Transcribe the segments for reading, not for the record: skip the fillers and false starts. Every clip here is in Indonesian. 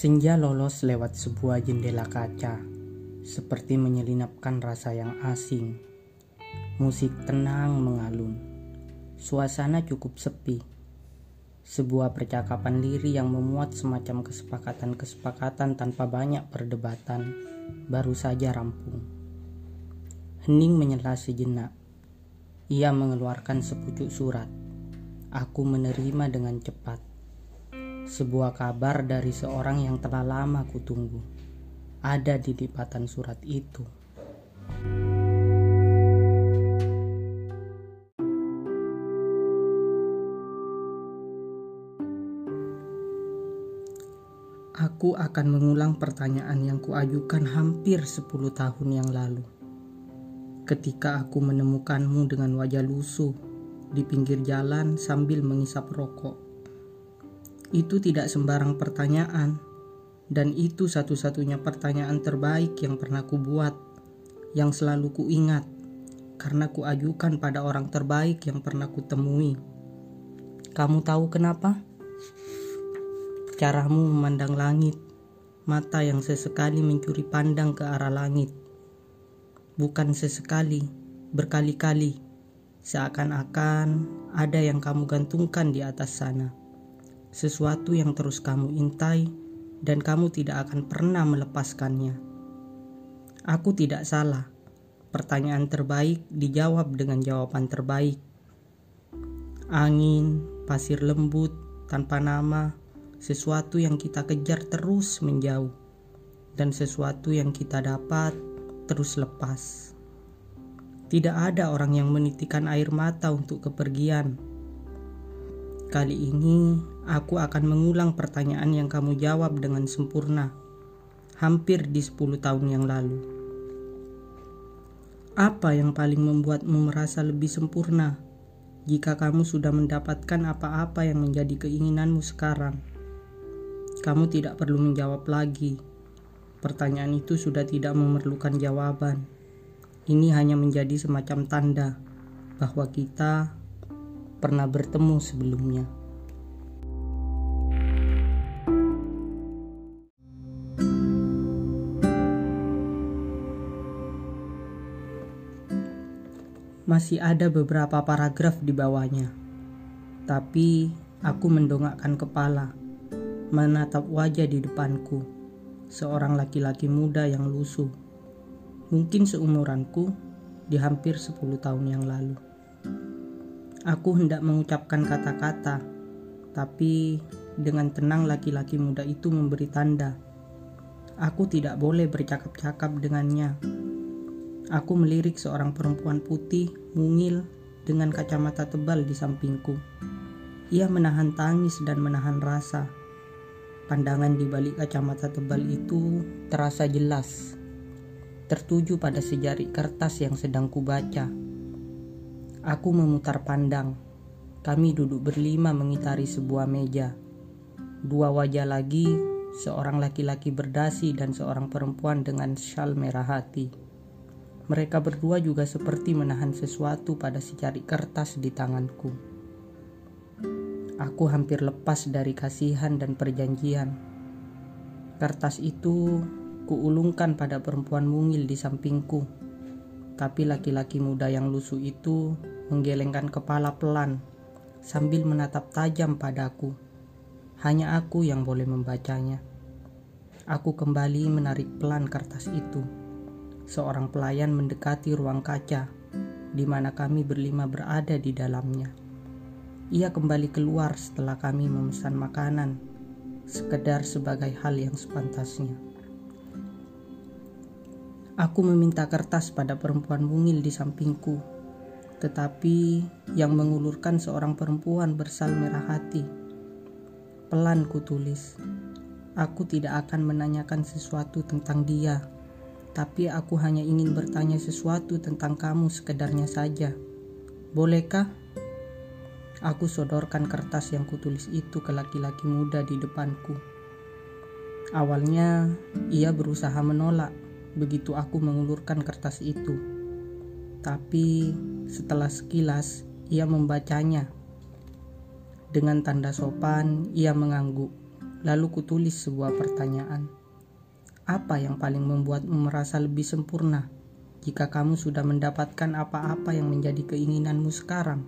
Senja lolos lewat sebuah jendela kaca, seperti menyelinapkan rasa yang asing. Musik tenang mengalun. Suasana cukup sepi. Sebuah percakapan lirih yang memuat semacam kesepakatan-kesepakatan tanpa banyak perdebatan baru saja rampung. Hening menyela sejenak. Ia mengeluarkan sepucuk surat. Aku menerima dengan cepat. Sebuah kabar dari seorang yang telah lama kutunggu. Ada di lipatan surat itu. Aku akan mengulang pertanyaan yang kuajukan hampir 10 tahun yang lalu. Ketika aku menemukanmu dengan wajah lusuh di pinggir jalan sambil mengisap rokok. Itu tidak sembarang pertanyaan, dan itu satu-satunya pertanyaan terbaik yang pernah kubuat, yang selalu kuingat, karena kuajukan pada orang terbaik yang pernah kutemui. Kamu tahu kenapa? Caramu memandang langit, mata yang sesekali mencuri pandang ke arah langit. Bukan sesekali, berkali-kali, seakan-akan ada yang kamu gantungkan di atas sana. Sesuatu yang terus kamu intai dan kamu tidak akan pernah melepaskannya. Aku tidak salah. Pertanyaan terbaik dijawab dengan jawaban terbaik. Angin, pasir lembut, tanpa nama, sesuatu yang kita kejar terus menjauh, dan sesuatu yang kita dapat terus lepas. Tidak ada orang yang menitikan air mata untuk kepergian. Kali ini aku akan mengulang pertanyaan yang kamu jawab dengan sempurna, hampir di 10 tahun yang lalu. Apa yang paling membuatmu merasa lebih sempurna jika kamu sudah mendapatkan apa-apa yang menjadi keinginanmu sekarang? Kamu tidak perlu menjawab lagi. Pertanyaan itu sudah tidak memerlukan jawaban. Ini hanya menjadi semacam tanda bahwa kita pernah bertemu sebelumnya. Masih ada beberapa paragraf di bawahnya, tapi aku mendongakkan kepala, menatap wajah di depanku, seorang laki-laki muda yang lusuh, mungkin seumuranku di hampir 10 tahun yang lalu. Aku hendak mengucapkan kata-kata, tapi dengan tenang laki-laki muda itu memberi tanda. Aku tidak boleh bercakap-cakap dengannya. Aku melirik seorang perempuan putih, mungil, dengan kacamata tebal di sampingku. Ia menahan tangis dan menahan rasa. Pandangan di balik kacamata tebal itu terasa jelas, tertuju pada sejarik kertas yang sedang kubaca. Aku memutar pandang. Kami duduk berlima mengitari sebuah meja. Dua wajah lagi, seorang laki-laki berdasi dan seorang perempuan dengan syal merah hati. Mereka berdua juga seperti menahan sesuatu pada sejarik kertas di tanganku. Aku hampir lepas dari kasihan dan perjanjian. Kertas itu kuulungkan pada perempuan mungil di sampingku. Tapi laki-laki muda yang lusuh itu menggelengkan kepala pelan sambil menatap tajam padaku. Hanya aku yang boleh membacanya. Aku kembali menarik pelan kertas itu. Seorang pelayan mendekati ruang kaca di mana kami berlima berada di dalamnya. Ia kembali keluar setelah kami memesan makanan, sekedar sebagai hal yang sepantasnya. Aku meminta kertas pada perempuan mungil di sampingku, tetapi yang mengulurkan seorang perempuan bersal merah hati. Pelan kutulis, aku tidak akan menanyakan sesuatu tentang dia, tapi aku hanya ingin bertanya sesuatu tentang kamu sekedarnya saja. Bolehkah? Aku sodorkan kertas yang kutulis itu ke laki-laki muda di depanku. Awalnya ia berusaha menolak begitu aku mengulurkan kertas itu. Tapi setelah sekilas ia membacanya. Dengan tanda sopan ia mengangguk. lalu kutulis sebuah pertanyaan. Apa yang paling membuatmu merasa lebih sempurna jika kamu sudah mendapatkan apa-apa yang menjadi keinginanmu sekarang?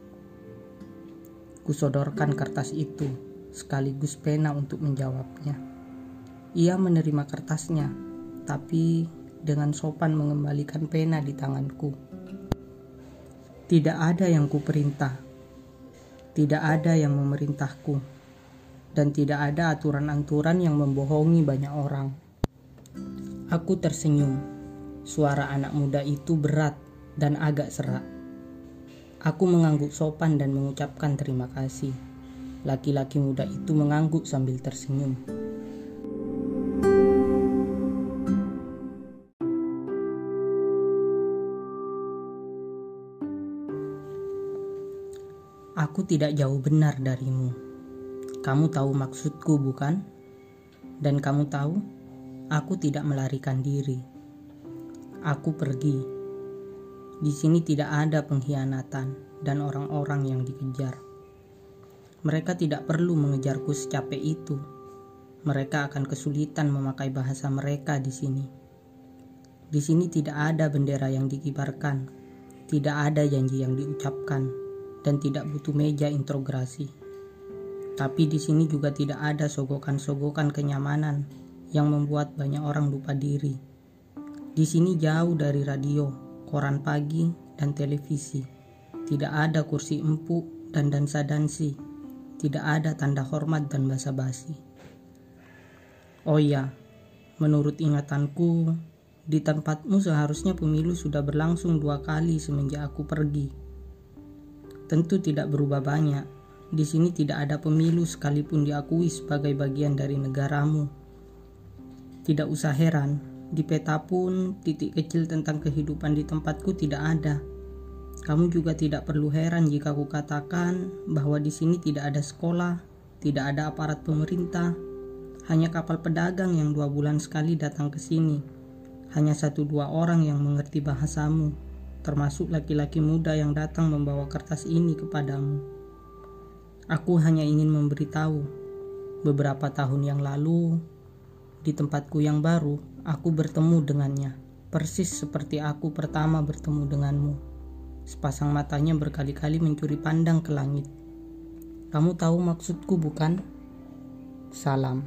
Kusodorkan kertas itu sekaligus pena untuk menjawabnya. Ia menerima kertasnya, tapi dengan sopan mengembalikan pena di tanganku. Tidak ada yang kuperintah, tidak ada yang memerintahku, dan tidak ada aturan-aturan yang membohongi banyak orang. Aku tersenyum. Suara anak muda itu berat dan agak serak. Aku mengangguk sopan dan mengucapkan terima kasih. Laki-laki muda itu mengangguk sambil tersenyum. Aku tidak jauh benar darimu. Kamu tahu maksudku, bukan? Dan kamu tahu, aku tidak melarikan diri. Aku pergi. Di sini tidak ada pengkhianatan dan orang-orang yang dikejar. Mereka tidak perlu mengejarku secapek itu. Mereka akan kesulitan memakai bahasa mereka di sini. Di sini tidak ada bendera yang dikibarkan, tidak ada janji yang diucapkan, dan tidak butuh meja interogasi. Tapi di sini juga tidak ada sogokan-sogokan kenyamanan yang membuat banyak orang lupa diri. Di sini jauh dari radio, koran pagi, dan televisi. Tidak ada kursi empuk dan dansa-dansi. Tidak ada tanda hormat dan basa-basi. Oh iya, menurut ingatanku, di tempatmu seharusnya pemilu sudah berlangsung 2 kali semenjak aku pergi. Tentu tidak berubah banyak. Di sini tidak ada pemilu sekalipun diakui sebagai bagian dari negaramu. Tidak usah heran, di peta pun titik kecil tentang kehidupan di tempatku tidak ada. Kamu juga tidak perlu heran jika kukatakan bahwa di sini tidak ada sekolah, tidak ada aparat pemerintah, hanya kapal pedagang yang 2 bulan sekali datang ke sini. Hanya 1-2 orang yang mengerti bahasamu, termasuk laki-laki muda yang datang membawa kertas ini kepadamu. Aku hanya ingin memberitahu, beberapa tahun yang lalu, di tempatku yang baru, aku bertemu dengannya, persis seperti aku pertama bertemu denganmu. Sepasang matanya berkali-kali mencuri pandang ke langit. Kamu tahu maksudku, bukan? Salam.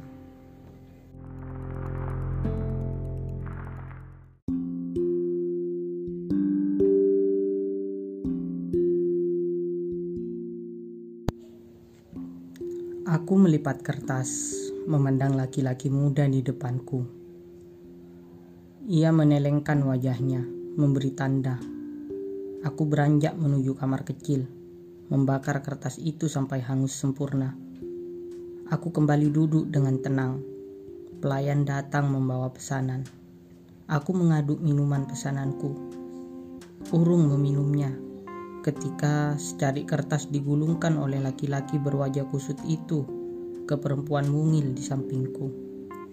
Aku melipat kertas, memandang laki-laki muda di depanku. Ia menelengkan wajahnya, memberi tanda. Aku beranjak menuju kamar kecil, membakar kertas itu sampai hangus sempurna. Aku kembali duduk dengan tenang. Pelayan datang membawa pesanan. Aku mengaduk minuman pesananku. Urung meminumnya, ketika secari kertas digulungkan oleh laki-laki berwajah kusut itu ke perempuan mungil di sampingku.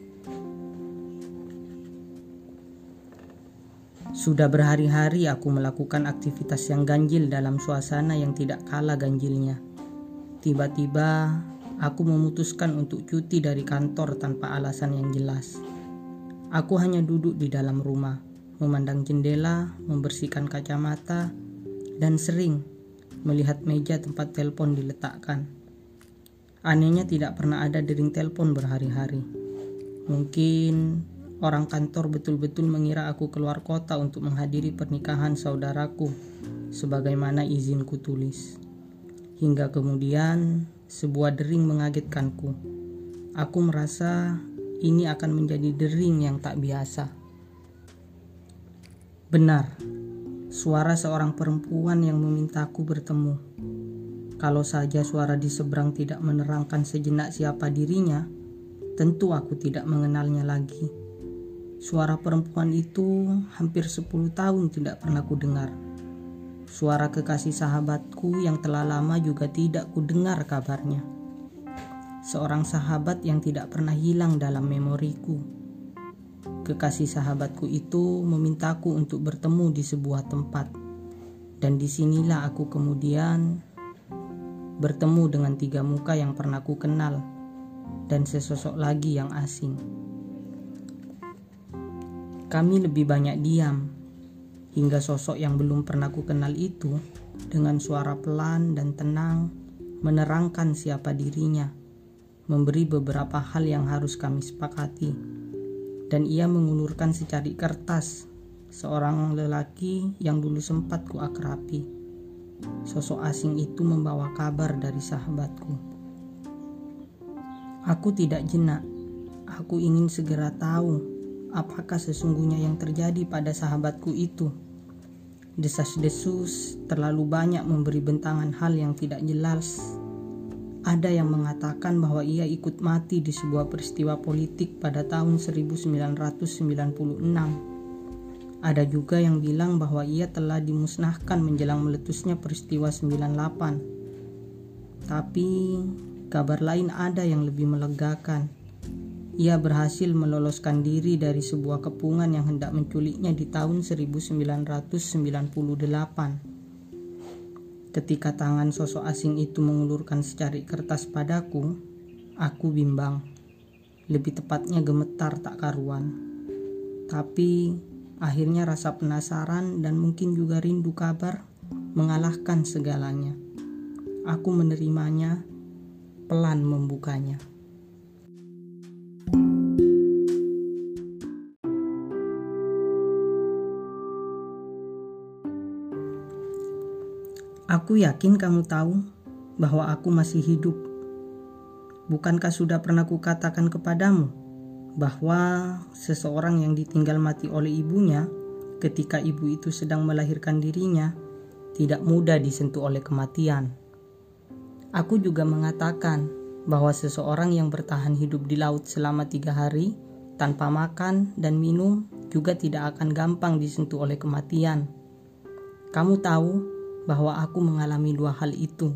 Sudah berhari-hari aku melakukan aktivitas yang ganjil dalam suasana yang tidak kalah ganjilnya. Tiba-tiba aku memutuskan untuk cuti dari kantor tanpa alasan yang jelas. Aku hanya duduk di dalam rumah, memandang jendela, membersihkan kacamata, dan sering melihat meja tempat telepon diletakkan. Anehnya tidak pernah ada dering telepon berhari-hari. Mungkin orang kantor betul-betul mengira aku keluar kota untuk menghadiri pernikahan saudaraku, sebagaimana izinku tulis. Hingga kemudian sebuah dering mengagetkanku. Aku merasa ini akan menjadi dering yang tak biasa. Benar, suara seorang perempuan yang memintaku bertemu. Kalau saja suara di seberang tidak menerangkan sejenak siapa dirinya, tentu aku tidak mengenalnya lagi. Suara perempuan itu hampir 10 tahun tidak pernah kudengar. Suara kekasih sahabatku yang telah lama juga tidak kudengar kabarnya. Seorang sahabat yang tidak pernah hilang dalam memoriku. Kekasih sahabatku itu memintaku untuk bertemu di sebuah tempat. Dan disinilah aku kemudian bertemu dengan 3 muka yang pernah ku kenal, dan sesosok lagi yang asing. Kami lebih banyak diam, hingga sosok yang belum pernah ku kenal itu dengan suara pelan dan tenang menerangkan siapa dirinya, memberi beberapa hal yang harus kami sepakati, dan ia mengulurkan secari kertas seorang lelaki yang dulu sempat ku akrabi. Sosok asing itu membawa kabar dari sahabatku. Aku tidak jenak. Aku ingin segera tahu apakah sesungguhnya yang terjadi pada sahabatku itu. Desas-desus terlalu banyak memberi bentangan hal yang tidak jelas. Ada yang mengatakan bahwa ia ikut mati di sebuah peristiwa politik pada tahun 1996. Ada juga yang bilang bahwa ia telah dimusnahkan menjelang meletusnya peristiwa 98. Tapi kabar lain ada yang lebih melegakan. Ia berhasil meloloskan diri dari sebuah kepungan yang hendak menculiknya di tahun 1998. Ketika tangan sosok asing itu mengulurkan secari kertas padaku, aku bimbang. Lebih tepatnya gemetar tak karuan. Tapi akhirnya rasa penasaran dan mungkin juga rindu kabar mengalahkan segalanya. Aku menerimanya, pelan membukanya. Aku yakin kamu tahu bahwa aku masih hidup. Bukankah sudah pernah kukatakan kepadamu bahwa seseorang yang ditinggal mati oleh ibunya ketika ibu itu sedang melahirkan dirinya tidak mudah disentuh oleh kematian. Aku juga mengatakan bahwa seseorang yang bertahan hidup di laut selama 3 hari tanpa makan dan minum juga tidak akan gampang disentuh oleh kematian. Kamu tahu bahwa aku mengalami 2 hal itu.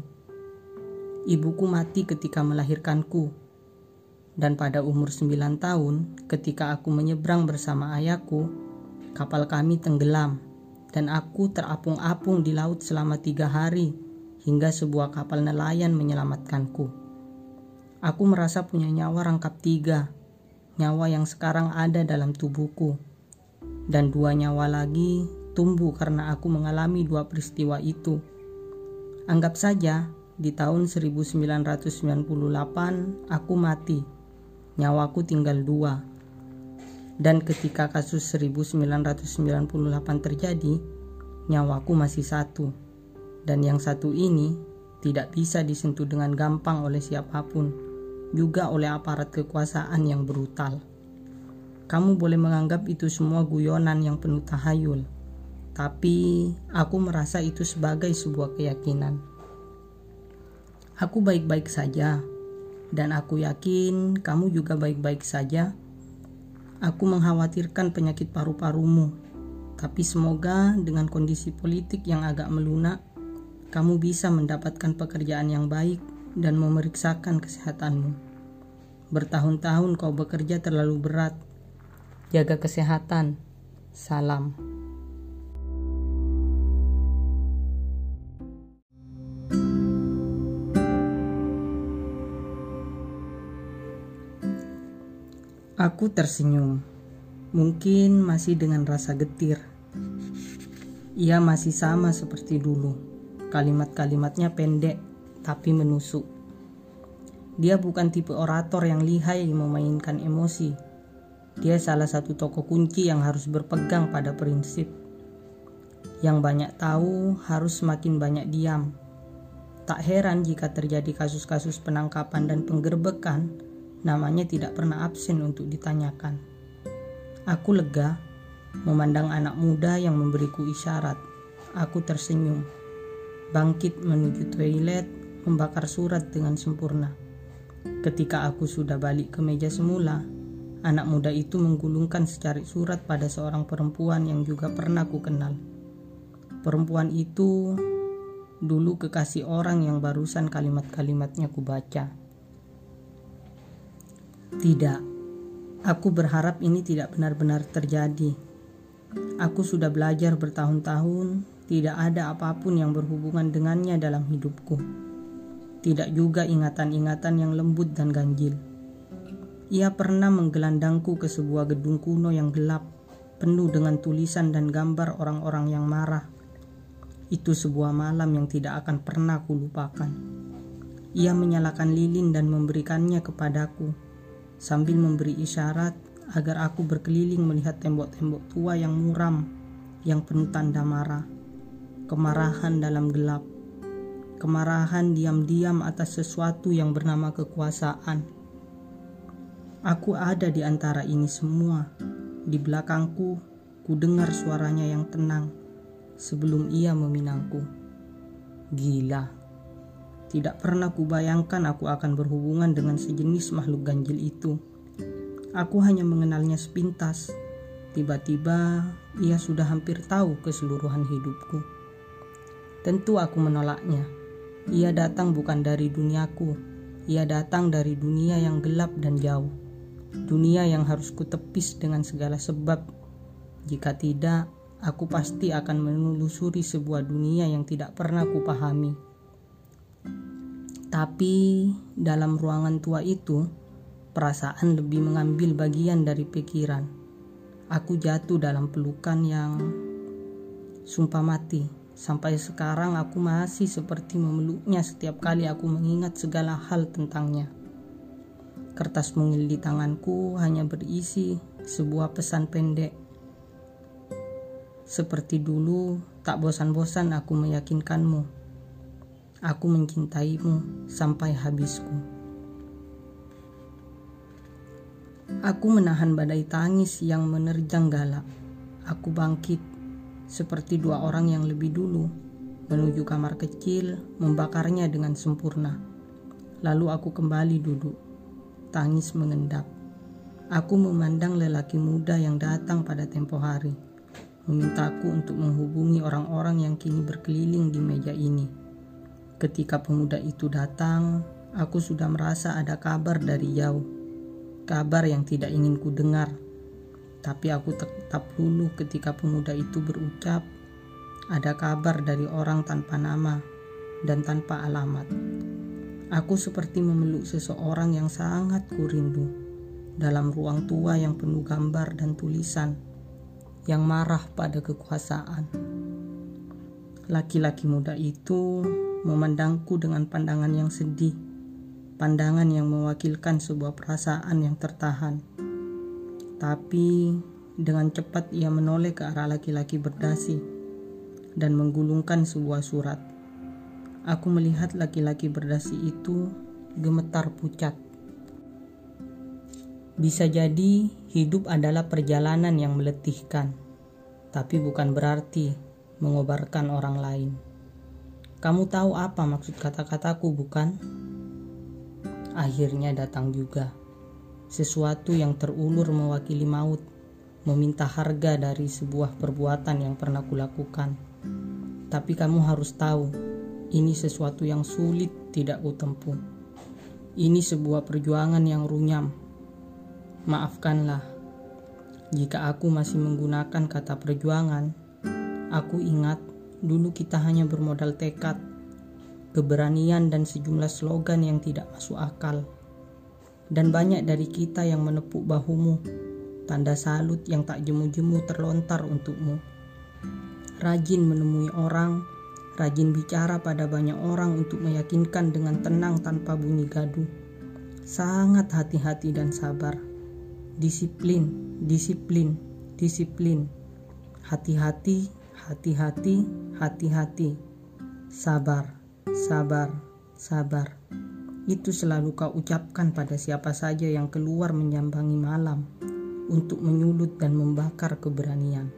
Ibuku mati ketika melahirkanku, dan pada umur 9 tahun ketika aku menyeberang bersama ayahku, kapal kami tenggelam dan aku terapung-apung di laut selama 3 hari hingga sebuah kapal nelayan menyelamatkanku. Aku merasa punya nyawa rangkap 3, nyawa yang sekarang ada dalam tubuhku, dan 2 nyawa lagi tumbuh karena aku mengalami 2 peristiwa itu. Anggap saja di tahun 1998 aku mati, nyawaku tinggal 2. Dan ketika kasus 1998 terjadi, nyawaku masih 1. Dan yang 1 ini tidak bisa disentuh dengan gampang oleh siapapun, juga oleh aparat kekuasaan yang brutal. Kamu boleh menganggap itu semua guyonan yang penuh tahayul, tapi aku merasa itu sebagai sebuah keyakinan. Aku baik-baik saja, dan aku yakin kamu juga baik-baik saja. Aku mengkhawatirkan penyakit paru-parumu, tapi semoga dengan kondisi politik yang agak melunak, kamu bisa mendapatkan pekerjaan yang baik dan memeriksakan kesehatanmu. Bertahun-tahun kau bekerja terlalu berat. Jaga kesehatan. Salam. Aku tersenyum, mungkin masih dengan rasa getir. Ia masih sama seperti dulu. Kalimat-kalimatnya pendek, tapi menusuk. Dia bukan tipe orator yang lihai memainkan emosi. Dia salah satu tokoh kunci yang harus berpegang pada prinsip. Yang banyak tahu harus semakin banyak diam. Tak heran jika terjadi kasus-kasus penangkapan dan penggerbekan, namanya tidak pernah absen untuk ditanyakan. Aku lega memandang anak muda yang memberiku isyarat. Aku tersenyum, bangkit menuju toilet, membakar surat dengan sempurna. Ketika aku sudah balik ke meja semula, anak muda itu menggulungkan secari surat pada seorang perempuan yang juga pernah ku kenal. Perempuan itu dulu kekasih orang yang barusan kalimat-kalimatnya ku baca. Tidak, aku berharap ini tidak benar-benar terjadi. Aku sudah belajar bertahun-tahun, tidak ada apapun yang berhubungan dengannya dalam hidupku. Tidak juga ingatan-ingatan yang lembut dan ganjil. Ia pernah menggelandangku ke sebuah gedung kuno yang gelap, penuh dengan tulisan dan gambar orang-orang yang marah. Itu sebuah malam yang tidak akan pernah kulupakan. Ia menyalakan lilin dan memberikannya kepadaku, sambil memberi isyarat agar aku berkeliling melihat tembok-tembok tua yang muram, yang penuh tanda marah. Kemarahan dalam gelap. Kemarahan diam-diam atas sesuatu yang bernama kekuasaan. Aku ada di antara ini semua. Di belakangku, ku dengar suaranya yang tenang sebelum ia meminangku. Gila. Tidak pernah kubayangkan aku akan berhubungan dengan sejenis makhluk ganjil itu. Aku hanya mengenalnya sepintas. Tiba-tiba ia sudah hampir tahu keseluruhan hidupku. Tentu aku menolaknya. Ia datang bukan dari duniaku. Ia datang dari dunia yang gelap dan jauh. Dunia yang harus kutepis dengan segala sebab. Jika tidak, aku pasti akan menelusuri sebuah dunia yang tidak pernah kupahami. Tapi dalam ruangan tua itu, perasaan lebih mengambil bagian dari pikiran. Aku jatuh dalam pelukan yang sumpah mati. Sampai sekarang aku masih seperti memeluknya setiap kali aku mengingat segala hal tentangnya. Kertas mungil di tanganku hanya berisi sebuah pesan pendek. Seperti dulu, tak bosan-bosan aku meyakinkanmu. Aku mencintaimu sampai habisku. Aku menahan badai tangis yang menerjang galak. Aku bangkit seperti dua orang yang lebih dulu, menuju kamar kecil, membakarnya dengan sempurna. Lalu aku kembali duduk, tangis mengendap. Aku memandang lelaki muda yang datang pada tempo hari, memintaku untuk menghubungi orang-orang yang kini berkeliling di meja ini. Ketika pemuda itu datang, aku sudah merasa ada kabar dari jauh, kabar yang tidak ingin ku dengar. Tapi aku tetap luluh ketika pemuda itu berucap, ada kabar dari orang tanpa nama dan tanpa alamat. Aku seperti memeluk seseorang yang sangat kurindu dalam ruang tua yang penuh gambar dan tulisan yang marah pada kekuasaan. Laki-laki muda itu memandangku dengan pandangan yang sedih, pandangan yang mewakilkan sebuah perasaan yang tertahan. Tapi dengan cepat ia menoleh ke arah laki-laki berdasi dan menggulungkan sebuah surat. Aku melihat laki-laki berdasi itu gemetar pucat. Bisa jadi hidup adalah perjalanan yang meletihkan, tapi bukan berarti mengobarkan orang lain. Kamu tahu apa maksud kata-kataku, bukan? Akhirnya datang juga. Sesuatu yang terulur mewakili maut, meminta harga dari sebuah perbuatan yang pernah kulakukan. Tapi kamu harus tahu, ini sesuatu yang sulit tidak kutempuh. Ini sebuah perjuangan yang runyam. Maafkanlah, jika aku masih menggunakan kata perjuangan. Aku ingat dulu kita hanya bermodal tekad, keberanian dan sejumlah slogan yang tidak masuk akal. Dan banyak dari kita yang menepuk bahumu, tanda salut yang tak jemu-jemu terlontar untukmu. Rajin menemui orang, rajin bicara pada banyak orang untuk meyakinkan dengan tenang tanpa bunyi gaduh. Sangat hati-hati dan sabar. Disiplin, disiplin, disiplin. Hati-hati, hati-hati, hati-hati. Sabar, sabar, sabar. Itu selalu kau ucapkan pada siapa saja yang keluar menyambangi malam untuk menyulut dan membakar keberanian.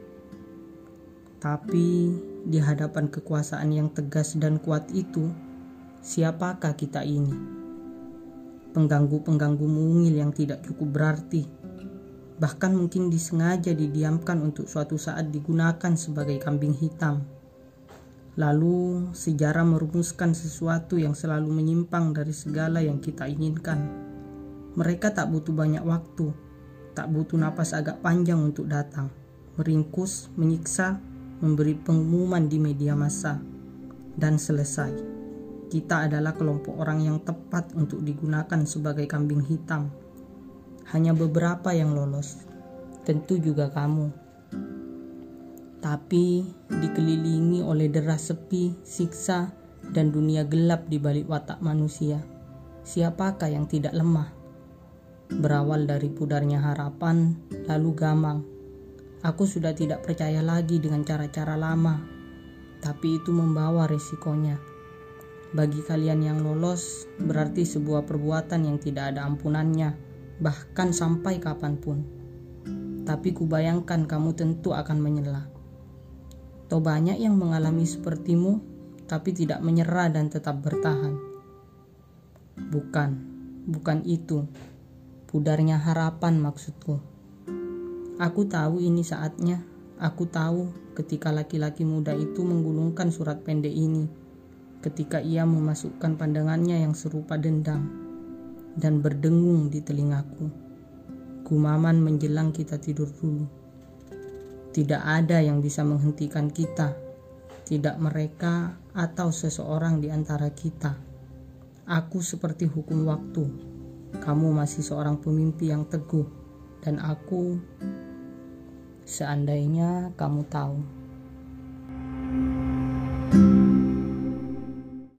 Tapi di hadapan kekuasaan yang tegas dan kuat itu, siapakah kita ini? Pengganggu-pengganggu mungil yang tidak cukup berarti, bahkan mungkin disengaja didiamkan untuk suatu saat digunakan sebagai kambing hitam. Lalu sejarah merumuskan sesuatu yang selalu menyimpang dari segala yang kita inginkan. Mereka tak butuh banyak waktu, tak butuh napas agak panjang untuk datang, meringkus, menyiksa, memberi pengumuman di media massa, dan selesai. Kita adalah kelompok orang yang tepat untuk digunakan sebagai kambing hitam. Hanya beberapa yang lolos, tentu juga kamu. Tapi dikelilingi oleh deras sepi, siksa, dan dunia gelap di balik watak manusia. Siapakah yang tidak lemah? Berawal dari pudarnya harapan, lalu gamang. Aku sudah tidak percaya lagi dengan cara-cara lama, tapi itu membawa resikonya. Bagi kalian yang lolos, berarti sebuah perbuatan yang tidak ada ampunannya, bahkan sampai kapanpun. Tapi kubayangkan kamu tentu akan menyela. Toh banyak yang mengalami sepertimu, tapi tidak menyerah dan tetap bertahan. Bukan itu. Pudarnya harapan maksudku. Aku tahu ini saatnya. Aku tahu ketika laki-laki muda itu menggulungkan surat pendek ini. Ketika ia memasukkan pandangannya yang serupa dendam dan berdengung di telingaku. Gumaman menjelang kita tidur dulu. Tidak ada yang bisa menghentikan kita. Tidak mereka atau seseorang di antara kita. Aku seperti hukum waktu. Kamu masih seorang pemimpi yang teguh, dan aku, seandainya kamu tahu.